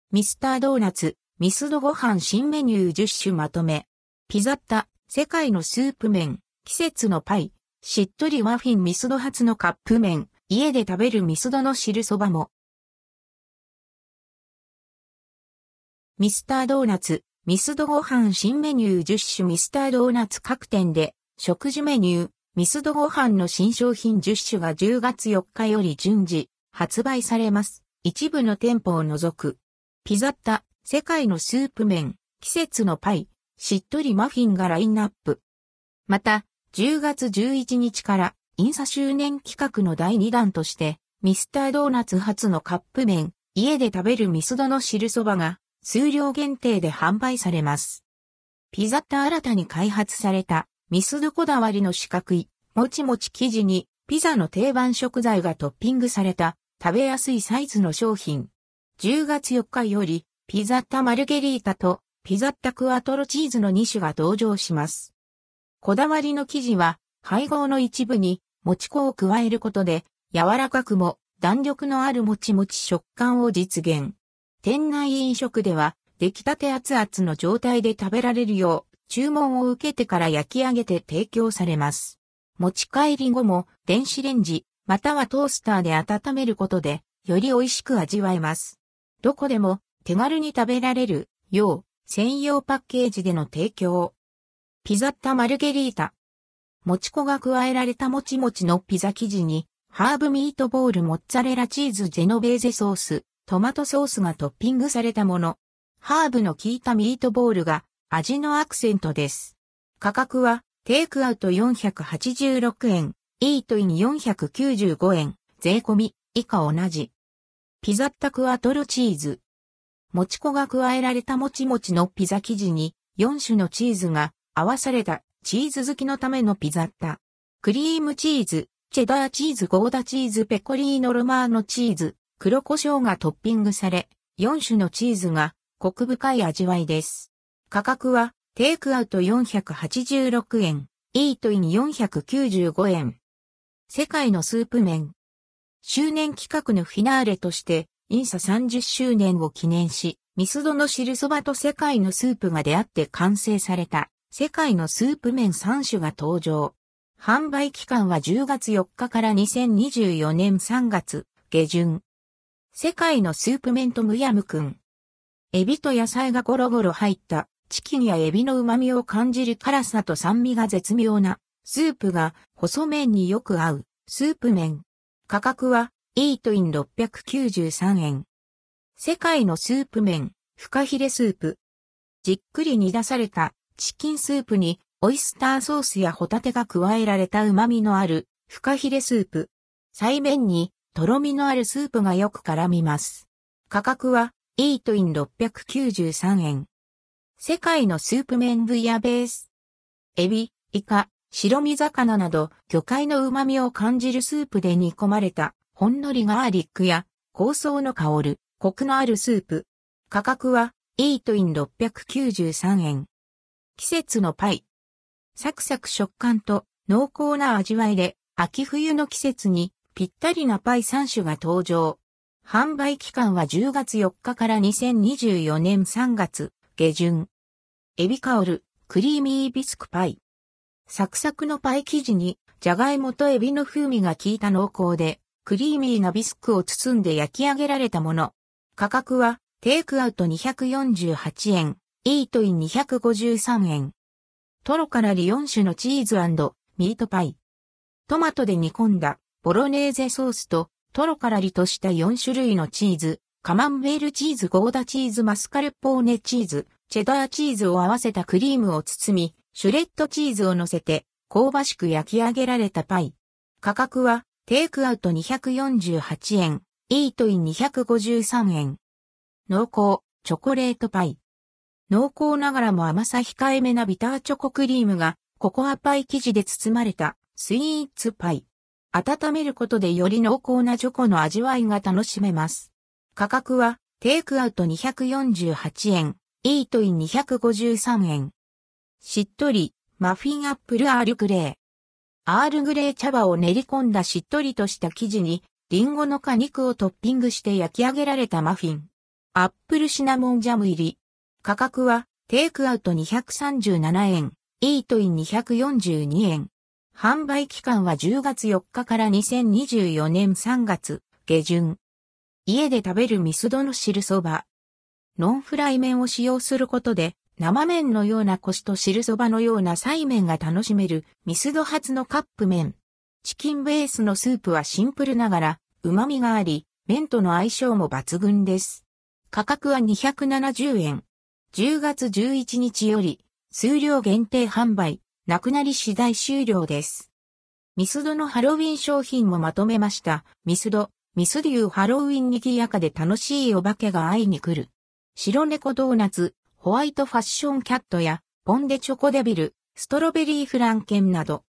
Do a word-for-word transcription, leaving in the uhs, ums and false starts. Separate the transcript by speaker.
Speaker 1: ミスタードーナツ、ミスドご飯新メニューじゅっ種まとめ。ピザッタ、世界のスープ麺、季節のパイ、しっとりマフィンミスド初のカップ麺、家で食べるミスドの汁そばも。ミスタードーナツ、ミスドご飯新メニューじゅっ種ミスタードーナツ各店で、食事メニュー、ミスドご飯の新商品じゅっ種がじゅうがつよっかより順次、発売されます。一部の店舗を除く。ピザッタ、世界のスープ麺、季節のパイ、しっとりマフィンがラインナップ。また、じゅうがつじゅういちにちから、インサ周年企画のだいにだんとして、ミスタードーナツ初のカップ麺、家で食べるミスドの汁そばが、数量限定で販売されます。ピザッタ新たに開発された、ミスドこだわりの四角い、もちもち生地に、ピザの定番食材がトッピングされた、食べやすいサイズの商品。じゅうがつよっかより、ピザッタマルゲリータと、ピザッタクワトロチーズのに種が登場します。こだわりの生地は、配合の一部に、もち粉を加えることで、柔らかくも弾力のあるもちもち食感を実現。店内飲食では、出来たて熱々の状態で食べられるよう、注文を受けてから焼き上げて提供されます。持ち帰り後も、電子レンジ、またはトースターで温めることで、より美味しく味わえます。どこでも手軽に食べられるよう専用パッケージでの提供。ピザッタマルゲリータ。もち粉が加えられたもちもちのピザ生地にハーブミートボールモッツァレラチーズジェノベーゼソース、トマトソースがトッピングされたもの。ハーブの効いたミートボールが味のアクセントです。価格はテイクアウトよんひゃくはちじゅうろくえん、イートインよんひゃくきゅうじゅうごえん、税込み以下同じ。ピザッタクワトロチーズ。もち粉が加えられたもちもちのピザ生地によん種のチーズが合わされたチーズ好きのためのピザッタ。クリームチーズ、チェダーチーズ、ゴーダチーズ、ペコリーノロマーノチーズ、黒胡椒がトッピングされ、よん種のチーズがコク深い味わいです。価格はテイクアウトよんひゃくはちじゅうろくえん、イートインよんひゃくきゅうじゅうごえん。世界のスープ麺。周年企画のフィナーレとして、インサさんじゅっしゅうねんを記念し、ミスドの汁そばと世界のスープが出会って完成された、世界のスープ麺さん種が登場。販売期間はじゅうがつよっかからにせんにじゅうよねんさんがつげじゅん。世界のスープ麺トムヤムクン。エビと野菜がゴロゴロ入った、チキンやエビの旨味を感じる辛さと酸味が絶妙な、スープが細麺によく合う、スープ麺。価格は、イートインろっぴゃくきゅうじゅうさんえん。世界のスープ麺、フカヒレスープ。じっくり煮出されたチキンスープにオイスターソースやホタテが加えられた旨味のあるフカヒレスープ。細麺にとろみのあるスープがよく絡みます。価格は、イートインろっぴゃくきゅうじゅうさんえん。世界のスープ麺ブイヤベース。エビ、イカ、白身魚など魚介の旨味を感じるスープで煮込まれたほんのりガーリックや香草の香るコクのあるスープ。価格はイートインろっぴゃくきゅうじゅうさんえん。季節のパイ。サクサク食感と濃厚な味わいで秋冬の季節にぴったりなパイさん種が登場。販売期間はじゅうがつよっかからにせんにじゅうよねんさんがつげじゅん。エビ香るクリーミービスクパイ。サクサクのパイ生地に、じゃがいもとエビの風味が効いた濃厚で、クリーミーなビスクを包んで焼き上げられたもの。価格は、テイクアウトにひゃくよんじゅうはちえん、イートインにひゃくごじゅうさんえん。トロからりよん種のチーズ&ミートパイ。トマトで煮込んだ、ボロネーゼソースと、トロからりとしたよん種類のチーズ、カマンベールチーズ、ゴーダチーズ、マスカルポーネチーズ、チェダーチーズを合わせたクリームを包み、シュレッドチーズを乗せて香ばしく焼き上げられたパイ。価格はテイクアウトにひゃくよんじゅうはちえん、イートインにひゃくごじゅうさんえん。濃厚チョコレートパイ。濃厚ながらも甘さ控えめなビターチョコクリームがココアパイ生地で包まれたスイーツパイ。温めることでより濃厚なチョコの味わいが楽しめます。価格はテイクアウトにひゃくよんじゅうはちえん、イートインにひゃくごじゅうさんえん。しっとり、マフィンアップルアールグレー。アールグレー茶葉を練り込んだしっとりとした生地に、リンゴの果肉をトッピングして焼き上げられたマフィン。 アップルシナモンジャム入り。価格は、テイクアウトにひゃくさんじゅうななえん、イートインにひゃくよんじゅうにえん。販売期間はじゅうがつよっかからにせんにじゅうよねんさんがつげじゅん。家で食べるミスドの汁そば。ノンフライ麺を使用することで、生麺のようなコシと汁そばのような細麺が楽しめるミスド発のカップ麺。チキンベースのスープはシンプルながら、旨味があり、麺との相性も抜群です。価格はにひゃくななじゅうえん。じゅうがつじゅういちにちより、数量限定販売、なくなり次第終了です。ミスドのハロウィン商品もまとめました。ミスド、ミスデューハロウィンにぎやかで楽しいお化けが会いに来る。白猫ドーナツ、ホワイトファッションキャットや、ポンデチョコデビル、ストロベリーフランケンなど、